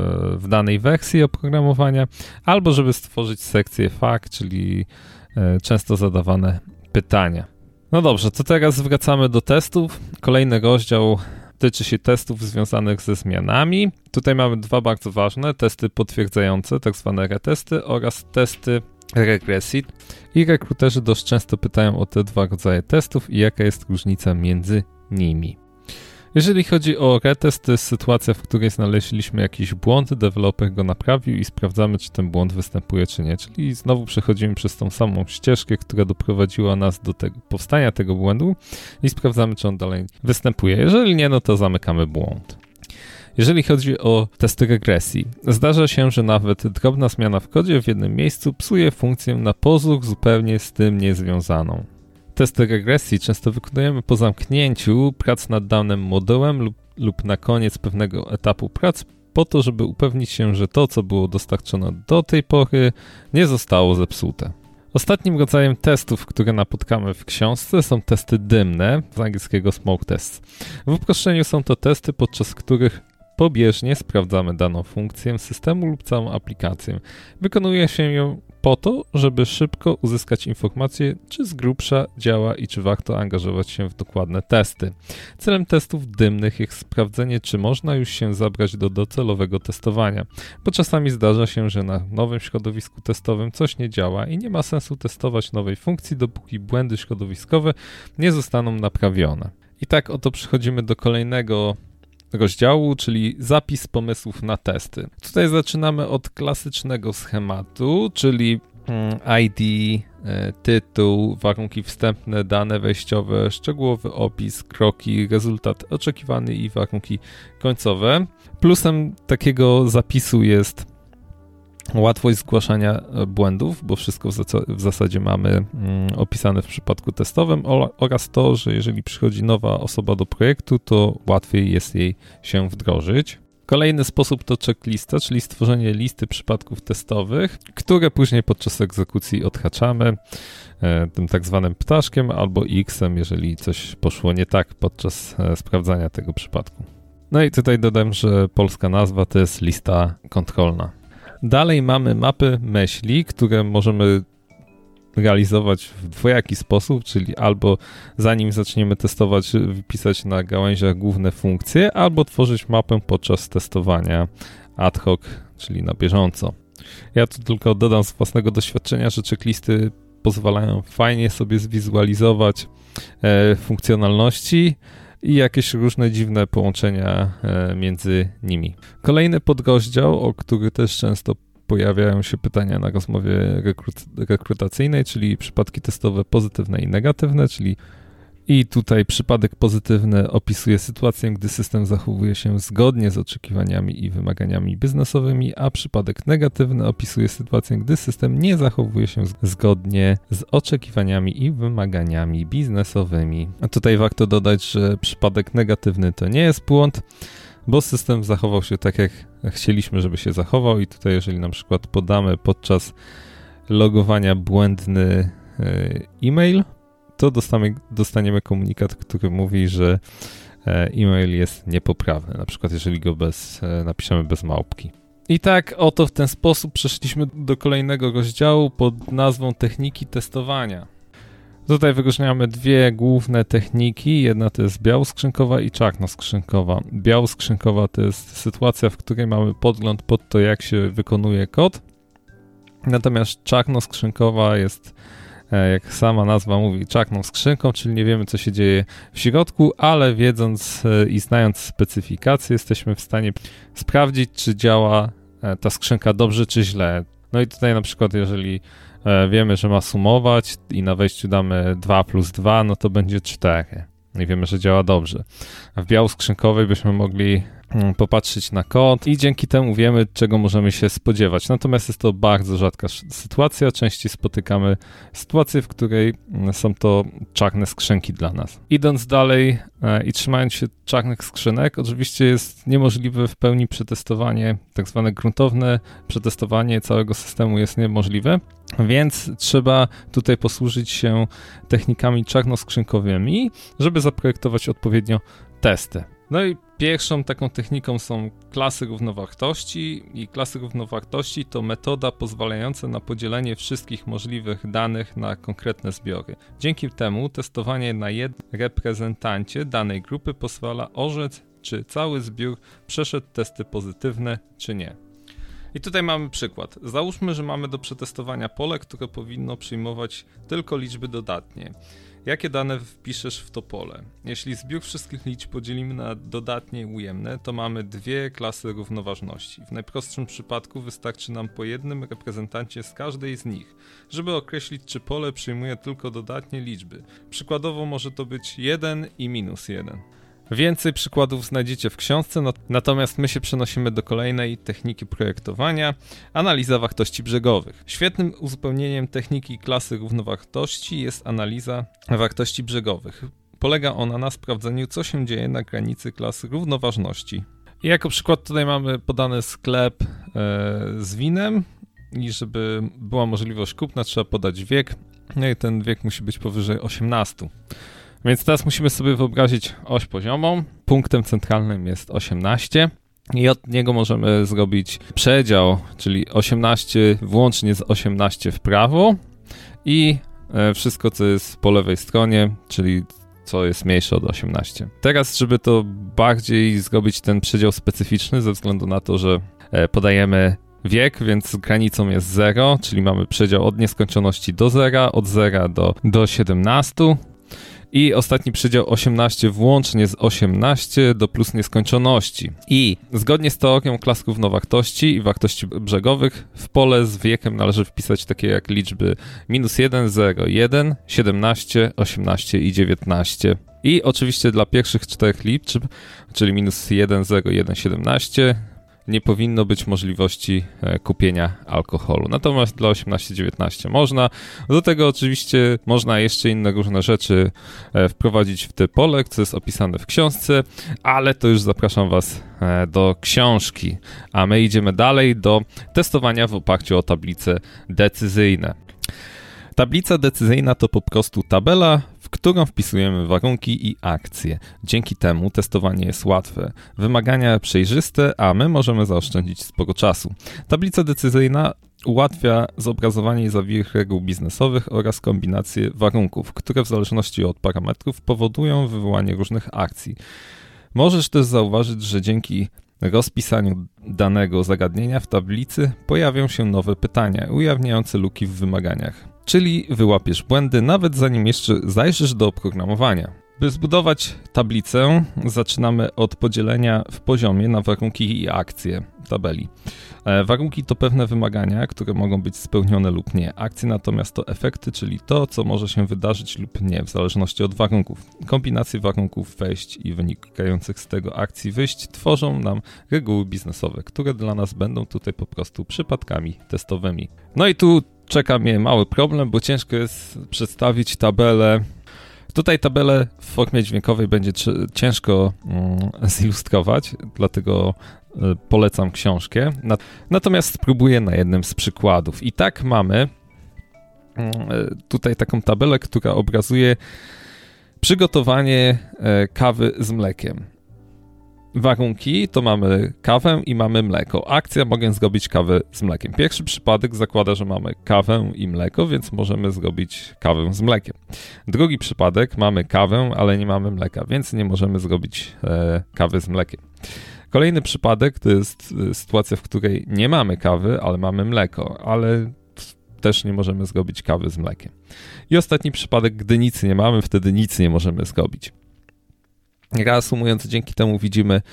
w danej wersji oprogramowania, albo żeby stworzyć sekcję FAQ, czyli często zadawane pytania. No dobrze, to teraz wracamy do testów. Kolejny rozdział tyczy się testów związanych ze zmianami. Tutaj mamy dwa bardzo ważne, testy potwierdzające, tak zwane retesty oraz testy regresji. I rekruterzy dość często pytają o te dwa rodzaje testów i jaka jest różnica między nimi. Jeżeli chodzi o retest, to jest sytuacja, w której znaleźliśmy jakiś błąd, deweloper go naprawił i sprawdzamy, czy ten błąd występuje, czy nie. Czyli znowu przechodzimy przez tą samą ścieżkę, która doprowadziła nas do powstania tego błędu i sprawdzamy, czy on dalej występuje. Jeżeli nie, no to zamykamy błąd. Jeżeli chodzi o testy regresji, zdarza się, że nawet drobna zmiana w kodzie w jednym miejscu psuje funkcję na pozór zupełnie z tym niezwiązaną. Testy regresji często wykonujemy po zamknięciu prac nad danym modułem lub na koniec pewnego etapu prac po to, żeby upewnić się, że to, co było dostarczone do tej pory, nie zostało zepsute. Ostatnim rodzajem testów, które napotkamy w książce, są testy dymne, z angielskiego smoke tests. W uproszczeniu są to testy, podczas których Pobieżnie sprawdzamy daną funkcję systemu lub całą aplikację. Wykonuje się ją po to, żeby szybko uzyskać informację, czy z grubsza działa i czy warto angażować się w dokładne testy. Celem testów dymnych jest sprawdzenie, czy można już się zabrać do docelowego testowania, bo czasami zdarza się, że na nowym środowisku testowym coś nie działa i nie ma sensu testować nowej funkcji, dopóki błędy środowiskowe nie zostaną naprawione. I tak oto przechodzimy do kolejnego rozdziału, czyli zapis pomysłów na testy. Tutaj zaczynamy od klasycznego schematu, czyli ID, tytuł, warunki wstępne, dane wejściowe, szczegółowy opis, kroki, rezultat oczekiwany i warunki końcowe. Plusem takiego zapisu jest łatwość zgłaszania błędów, bo wszystko w zasadzie mamy opisane w przypadku testowym oraz to, że jeżeli przychodzi nowa osoba do projektu, to łatwiej jest jej się wdrożyć. Kolejny sposób to checklista, czyli stworzenie listy przypadków testowych, które później podczas egzekucji odhaczamy tym tak zwanym ptaszkiem albo X-em, jeżeli coś poszło nie tak podczas sprawdzania tego przypadku. No i tutaj dodam, że polska nazwa to jest lista kontrolna. Dalej mamy mapy myśli, które możemy realizować w dwojaki sposób, czyli albo zanim zaczniemy testować, wypisać na gałęziach główne funkcje, albo tworzyć mapę podczas testowania ad hoc, czyli na bieżąco. Ja tu tylko dodam z własnego doświadczenia, że checklisty pozwalają fajnie sobie zwizualizować funkcjonalności i jakieś różne dziwne połączenia między nimi. Kolejny podrozdział, o który też często pojawiają się pytania na rozmowie rekrutacyjnej, czyli przypadki testowe pozytywne i negatywne, i tutaj przypadek pozytywny opisuje sytuację, gdy system zachowuje się zgodnie z oczekiwaniami i wymaganiami biznesowymi, a przypadek negatywny opisuje sytuację, gdy system nie zachowuje się zgodnie z oczekiwaniami i wymaganiami biznesowymi. A tutaj warto dodać, że przypadek negatywny to nie jest błąd, bo system zachował się tak, jak chcieliśmy, żeby się zachował i tutaj jeżeli na przykład podamy podczas logowania błędny e-mail, to dostaniemy komunikat, który mówi, że e-mail jest niepoprawny, na przykład jeżeli go napiszemy bez małpki. I tak oto w ten sposób przeszliśmy do kolejnego rozdziału pod nazwą techniki testowania. Tutaj wyróżniamy dwie główne techniki. Jedna to jest białoskrzynkowa i czarnoskrzynkowa. Białoskrzynkowa to jest sytuacja, w której mamy podgląd pod to, jak się wykonuje kod. Natomiast czarnoskrzynkowa jest, jak sama nazwa mówi, czarną skrzynką, czyli nie wiemy, co się dzieje w środku, ale wiedząc i znając specyfikację, jesteśmy w stanie sprawdzić, czy działa ta skrzynka dobrze, czy źle. No i tutaj na przykład, jeżeli wiemy, że ma sumować i na wejściu damy 2 plus 2, no to będzie 4. I wiemy, że działa dobrze. A w białoskrzynkowej byśmy mogli popatrzeć na kod i dzięki temu wiemy, czego możemy się spodziewać. Natomiast jest to bardzo rzadka sytuacja. Częściej spotykamy sytuację, w której są to czarne skrzynki dla nas. Idąc dalej i trzymając się czarnych skrzynek, oczywiście jest niemożliwe w pełni przetestowanie, tak zwane gruntowne przetestowanie całego systemu jest niemożliwe, więc trzeba tutaj posłużyć się technikami czarnoskrzynkowymi, żeby zaprojektować odpowiednio testy. No i pierwszą taką techniką są klasy równowartości i klasy równowartości to metoda pozwalająca na podzielenie wszystkich możliwych danych na konkretne zbiory. Dzięki temu testowanie na jednym reprezentancie danej grupy pozwala orzec, czy cały zbiór przeszedł testy pozytywne, czy nie. I tutaj mamy przykład. Załóżmy, że mamy do przetestowania pole, które powinno przyjmować tylko liczby dodatnie. Jakie dane wpiszesz w to pole? Jeśli zbiór wszystkich liczb podzielimy na dodatnie i ujemne, to mamy dwie klasy równoważności. W najprostszym przypadku wystarczy nam po jednym reprezentancie z każdej z nich, żeby określić, czy pole przyjmuje tylko dodatnie liczby. Przykładowo może to być 1 i -1. Więcej przykładów znajdziecie w książce, natomiast my się przenosimy do kolejnej techniki projektowania, analiza wartości brzegowych. Świetnym uzupełnieniem techniki klasy równowartości jest analiza wartości brzegowych. Polega ona na sprawdzeniu, co się dzieje na granicy klasy równoważności. I jako przykład tutaj mamy podany sklep z winem i żeby była możliwość kupna, trzeba podać wiek, no i ten wiek musi być powyżej 18. Więc teraz musimy sobie wyobrazić oś poziomą. Punktem centralnym jest 18. I od niego możemy zrobić przedział, czyli 18 włącznie z 18 w prawo i wszystko, co jest po lewej stronie, czyli co jest mniejsze od 18. Teraz, żeby to bardziej zrobić ten przedział specyficzny, ze względu na to, że podajemy wiek, więc granicą jest 0, czyli mamy przedział od nieskończoności do 0, od 0 do 17 i ostatni przedział 18 włącznie z 18 do plus nieskończoności. I zgodnie z teorią klas równowartości i wartości brzegowych w pole z wiekiem należy wpisać takie jak liczby -1, 0, 1, 17, 18 i 19. I oczywiście dla pierwszych 4 liczb, czyli -1, 0, 1, 17, nie powinno być możliwości kupienia alkoholu. Natomiast dla 18-19 można. Do tego oczywiście można jeszcze inne różne rzeczy wprowadzić w te pole, co jest opisane w książce, ale to już zapraszam Was do książki. A my idziemy dalej do testowania w oparciu o tablice decyzyjne. Tablica decyzyjna to po prostu tabela, w którą wpisujemy warunki i akcje. Dzięki temu testowanie jest łatwe, wymagania przejrzyste, a my możemy zaoszczędzić sporo czasu. Tablica decyzyjna ułatwia zobrazowanie zawiłych reguł biznesowych oraz kombinacje warunków, które w zależności od parametrów powodują wywołanie różnych akcji. Możesz też zauważyć, że dzięki rozpisaniu danego zagadnienia w tablicy pojawią się nowe pytania, ujawniające luki w wymaganiach. Czyli wyłapiesz błędy, nawet zanim jeszcze zajrzysz do oprogramowania. By zbudować tablicę, zaczynamy od podzielenia w poziomie na warunki i akcje tabeli. Warunki to pewne wymagania, które mogą być spełnione lub nie. Akcje natomiast to efekty, czyli to, co może się wydarzyć lub nie, w zależności od warunków. Kombinacje warunków wejść i wynikających z tego akcji wyjść tworzą nam reguły biznesowe, które dla nas będą tutaj po prostu przypadkami testowymi. No i tu czeka mnie mały problem, bo ciężko jest przedstawić tabelę. Tutaj tabelę w formie dźwiękowej będzie ciężko zilustrować, dlatego polecam książkę. Natomiast spróbuję na jednym z przykładów. I tak mamy tutaj taką tabelę, która obrazuje przygotowanie kawy z mlekiem. Warunki to mamy kawę i mamy mleko. Akcja, mogę zrobić kawę z mlekiem. Pierwszy przypadek zakłada, że mamy kawę i mleko, więc możemy zrobić kawę z mlekiem. Drugi przypadek, mamy kawę, ale nie mamy mleka, więc nie możemy zrobić kawy z mlekiem. Kolejny przypadek to jest sytuacja, w której nie mamy kawy, ale mamy mleko, ale też nie możemy zrobić kawy z mlekiem. I ostatni przypadek, gdy nic nie mamy, wtedy nic nie możemy zrobić. Reasumując, dzięki temu widzimy,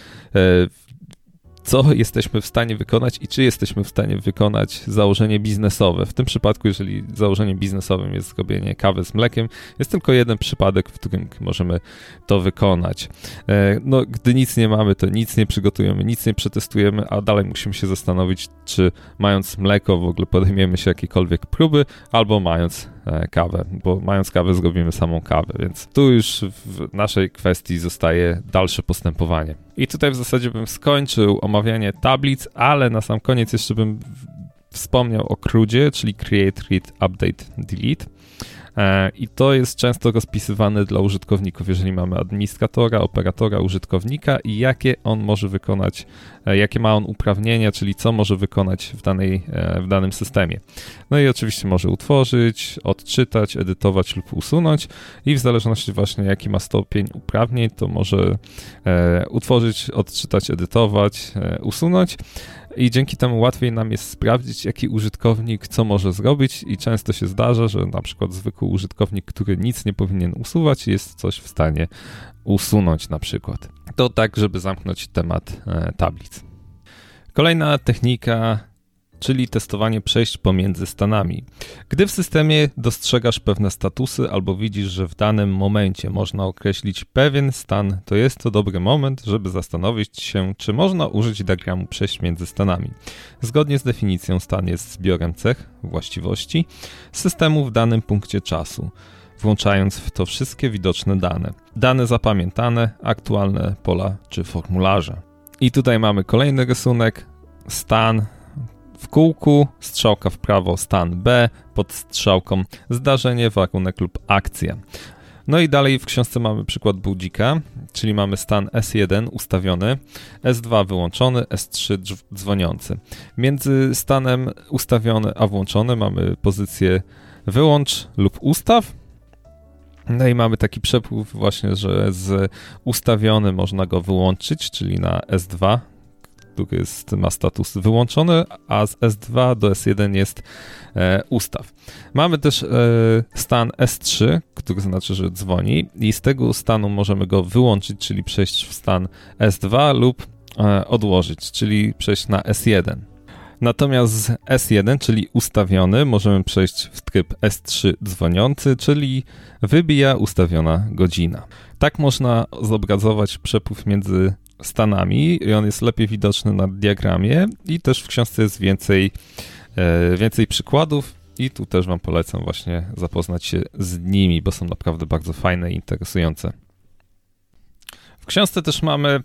co jesteśmy w stanie wykonać i czy jesteśmy w stanie wykonać założenie biznesowe. W tym przypadku, jeżeli założeniem biznesowym jest zrobienie kawy z mlekiem, jest tylko jeden przypadek, w którym możemy to wykonać. No, gdy nic nie mamy, to nic nie przygotujemy, nic nie przetestujemy, a dalej musimy się zastanowić, czy mając mleko w ogóle podejmiemy się jakiejkolwiek próby, albo mając kawę, bo mając kawę zrobimy samą kawę, więc tu już w naszej kwestii zostaje dalsze postępowanie. I tutaj w zasadzie bym skończył omawianie tablic, ale na sam koniec jeszcze bym wspomniał o CRUD-zie, czyli Create, Read, Update, Delete. I to jest często rozpisywane dla użytkowników, jeżeli mamy administratora, operatora, użytkownika i jakie on może wykonać, jakie ma on uprawnienia, czyli co może wykonać w danym systemie. No i oczywiście może utworzyć, odczytać, edytować lub usunąć i w zależności właśnie jaki ma stopień uprawnień, to może utworzyć, odczytać, edytować, usunąć. I dzięki temu łatwiej nam jest sprawdzić, jaki użytkownik co może zrobić i często się zdarza, że na przykład zwykły użytkownik, który nic nie powinien usuwać, jest coś w stanie usunąć na przykład. To tak, żeby zamknąć temat tablic. Kolejna technika, czyli testowanie przejść pomiędzy stanami. Gdy w systemie dostrzegasz pewne statusy albo widzisz, że w danym momencie można określić pewien stan, to jest to dobry moment, żeby zastanowić się, czy można użyć diagramu przejść między stanami. Zgodnie z definicją stan jest zbiorem cech, właściwości systemu w danym punkcie czasu, włączając w to wszystkie widoczne dane. Dane zapamiętane, aktualne pola czy formularze. I tutaj mamy kolejny rysunek, stan w kółku, strzałka w prawo, stan B, pod strzałką zdarzenie, warunek lub akcja. No i dalej w książce mamy przykład budzika, czyli mamy stan S1 ustawiony, S2 wyłączony, S3 dzwoniący. Między stanem ustawiony a włączony mamy pozycję wyłącz lub ustaw. No i mamy taki przepływ właśnie, że z ustawiony można go wyłączyć, czyli na S2, który ma status wyłączony, a z S2 do S1 jest ustaw. Mamy też stan S3, który znaczy, że dzwoni i z tego stanu możemy go wyłączyć, czyli przejść w stan S2 lub odłożyć, czyli przejść na S1. Natomiast z S1, czyli ustawiony, możemy przejść w tryb S3 dzwoniący, czyli wybija ustawiona godzina. Tak można zobrazować przepływ między stanami i on jest lepiej widoczny na diagramie i też w książce jest więcej przykładów i tu też wam polecam właśnie zapoznać się z nimi, bo są naprawdę bardzo fajne i interesujące. W książce też mamy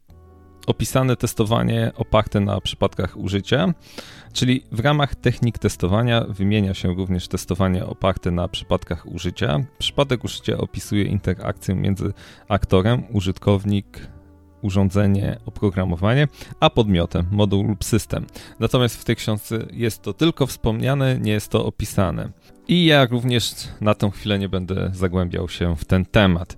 opisane testowanie oparte na przypadkach użycia, czyli w ramach technik testowania wymienia się również testowanie oparte na przypadkach użycia. Przypadek użycia opisuje interakcję między aktorem, użytkownik, urządzenie, oprogramowanie, a podmiotem, moduł lub system. Natomiast w tej książce jest to tylko wspomniane, nie jest to opisane. I ja również na tę chwilę nie będę zagłębiał się w ten temat.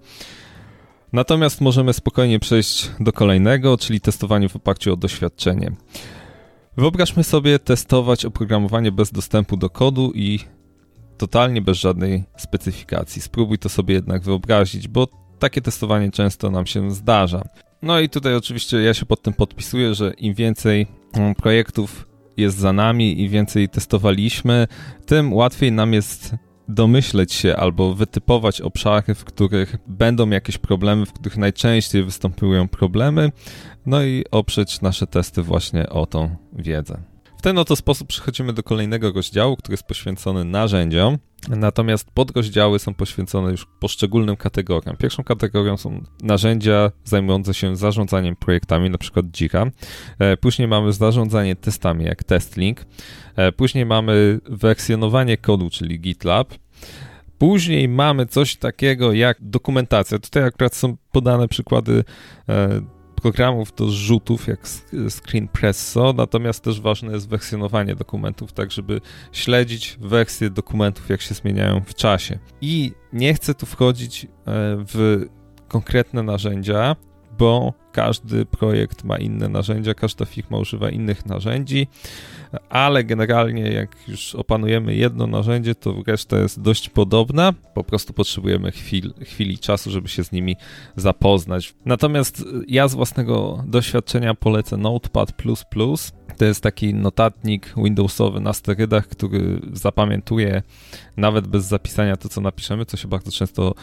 Natomiast możemy spokojnie przejść do kolejnego, czyli testowanie w oparciu o doświadczenie. Wyobraźmy sobie testować oprogramowanie bez dostępu do kodu i totalnie bez żadnej specyfikacji. Spróbuj to sobie jednak wyobrazić, bo takie testowanie często nam się zdarza. No i tutaj oczywiście ja się pod tym podpisuję, że im więcej projektów jest za nami i więcej testowaliśmy, tym łatwiej nam jest domyśleć się albo wytypować obszary, w których będą jakieś problemy, w których najczęściej występują problemy, no i oprzeć nasze testy właśnie o tą wiedzę. W ten oto sposób przechodzimy do kolejnego rozdziału, który jest poświęcony narzędziom, natomiast podrozdziały są poświęcone już poszczególnym kategoriom. Pierwszą kategorią są narzędzia zajmujące się zarządzaniem projektami, na przykład Jira. Później mamy zarządzanie testami, jak TestLink. Później mamy wersjonowanie kodu, czyli GitLab. Później mamy coś takiego jak dokumentacja. Tutaj akurat są podane przykłady programów do zrzutów, jak ScreenPresso, natomiast też ważne jest wersjonowanie dokumentów, tak żeby śledzić wersje dokumentów, jak się zmieniają w czasie. I nie chcę tu wchodzić w konkretne narzędzia, bo każdy projekt ma inne narzędzia, każda firma używa innych narzędzi, ale generalnie jak już opanujemy jedno narzędzie, to reszta jest dość podobna, po prostu potrzebujemy chwili czasu, żeby się z nimi zapoznać. Natomiast ja z własnego doświadczenia polecę Notepad++. To jest taki notatnik Windowsowy na sterydach, który zapamiętuje nawet bez zapisania to, co napiszemy, co się bardzo często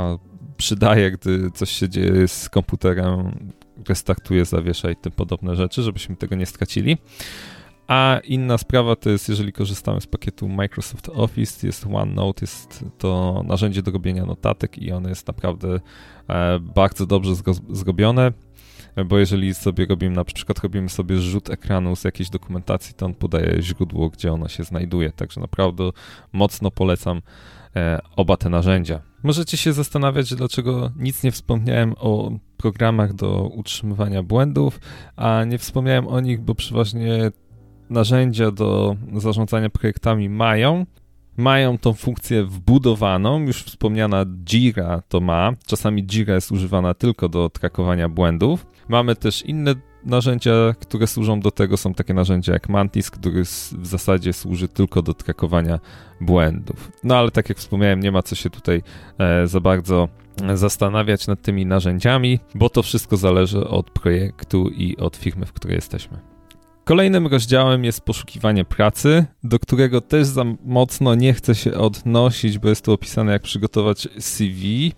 przydaje, gdy coś się dzieje z komputerem, restartuje, zawiesza i tym podobne rzeczy, żebyśmy tego nie stracili. A inna sprawa to jest, jeżeli korzystamy z pakietu Microsoft Office, jest OneNote, jest to narzędzie do robienia notatek i ono jest naprawdę bardzo dobrze zrobione, bo jeżeli sobie robimy sobie zrzut ekranu z jakiejś dokumentacji, to on podaje źródło, gdzie ona się znajduje, także naprawdę mocno polecam oba te narzędzia. Możecie się zastanawiać, dlaczego nic nie wspomniałem o programach do utrzymywania błędów, a nie wspomniałem o nich, bo przeważnie narzędzia do zarządzania projektami mają tą funkcję wbudowaną, już wspomniana Jira to ma, czasami Jira jest używana tylko do trakowania błędów. Mamy też inne narzędzia, które służą do tego, są takie narzędzia jak Mantis, który w zasadzie służy tylko do trakowania błędów. No ale tak jak wspomniałem, nie ma co się tutaj za bardzo zastanawiać nad tymi narzędziami, bo to wszystko zależy od projektu i od firmy, w której jesteśmy. Kolejnym rozdziałem jest poszukiwanie pracy, do którego też za mocno nie chcę się odnosić, bo jest tu opisane, jak przygotować CV.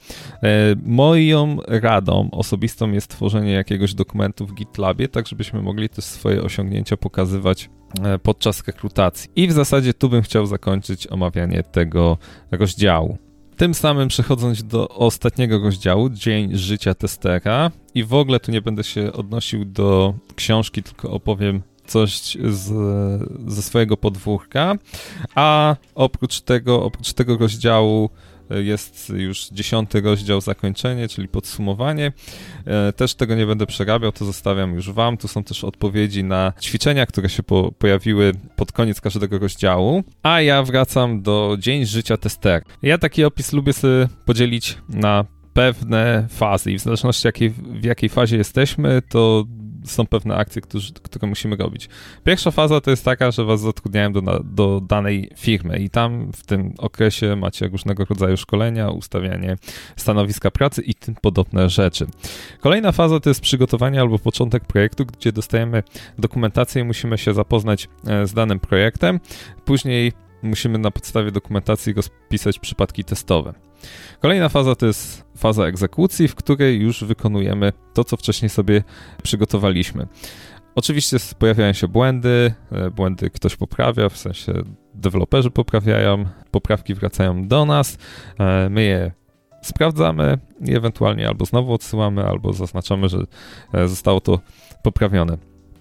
Moją radą osobistą jest tworzenie jakiegoś dokumentu w GitLabie, tak żebyśmy mogli też swoje osiągnięcia pokazywać podczas rekrutacji. I w zasadzie tu bym chciał zakończyć omawianie tego rozdziału. Tym samym przechodząc do ostatniego rozdziału, dzień życia testera, i w ogóle tu nie będę się odnosił do książki, tylko opowiem coś ze swojego podwórka, a oprócz tego rozdziału jest już 10. rozdział zakończenie, czyli podsumowanie. Też tego nie będę przerabiał, to zostawiam już wam. Tu są też odpowiedzi na ćwiczenia, które się pojawiły pod koniec każdego rozdziału. A ja wracam do dzień życia testera. Ja taki opis lubię sobie podzielić na pewne fazy i w zależności w jakiej fazie jesteśmy, to są pewne akcje, które musimy robić. Pierwsza faza to jest taka, że was zatrudniają do danej firmy i tam w tym okresie macie różnego rodzaju szkolenia, ustawianie stanowiska pracy i tym podobne rzeczy. Kolejna faza to jest przygotowanie albo początek projektu, gdzie dostajemy dokumentację i musimy się zapoznać z danym projektem. Później musimy na podstawie dokumentacji rozpisać przypadki testowe. Kolejna faza to jest faza egzekucji, w której już wykonujemy to, co wcześniej sobie przygotowaliśmy. Oczywiście pojawiają się błędy ktoś poprawia, w sensie deweloperzy poprawiają, poprawki wracają do nas, my je sprawdzamy i ewentualnie albo znowu odsyłamy, albo zaznaczamy, że zostało to poprawione.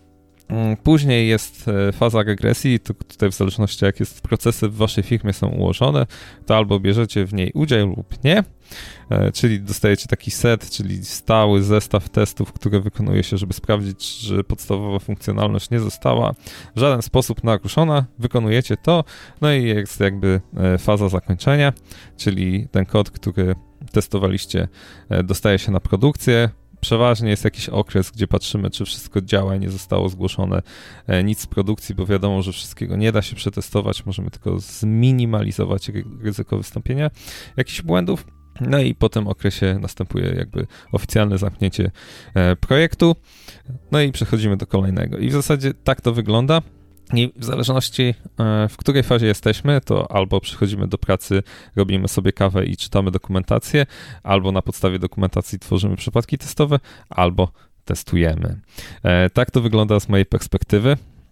Później jest faza regresji, to tutaj w zależności jak procesy w waszej firmie są ułożone, to albo bierzecie w niej udział lub nie, czyli dostajecie taki set, czyli stały zestaw testów, które wykonuje się, żeby sprawdzić, że podstawowa funkcjonalność nie została w żaden sposób naruszona, wykonujecie to, no i jest jakby faza zakończenia, czyli ten kod, który testowaliście, dostaje się na produkcję. Przeważnie jest jakiś okres, gdzie patrzymy, czy wszystko działa i nie zostało zgłoszone nic z produkcji, bo wiadomo, że wszystkiego nie da się przetestować, możemy tylko zminimalizować ryzyko wystąpienia jakichś błędów. No i po tym okresie następuje jakby oficjalne zamknięcie projektu, no i przechodzimy do kolejnego. I w zasadzie tak to wygląda. I w zależności w której fazie jesteśmy, to albo przychodzimy do pracy, robimy sobie kawę i czytamy dokumentację, albo na podstawie dokumentacji tworzymy przypadki testowe, albo testujemy. Tak to wygląda z mojej perspektywy.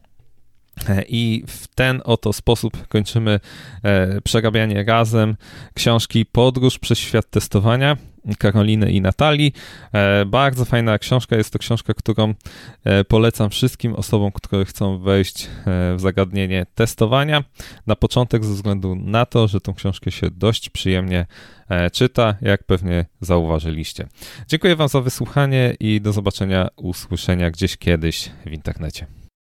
I w ten oto sposób kończymy przerabianie razem książki Podróż przez świat testowania Karoliny i Natalii. Bardzo fajna książka, jest to książka, którą polecam wszystkim osobom, które chcą wejść w zagadnienie testowania. Na początek ze względu na to, że tą książkę się dość przyjemnie czyta, jak pewnie zauważyliście. Dziękuję wam za wysłuchanie i do zobaczenia, usłyszenia gdzieś kiedyś w internecie.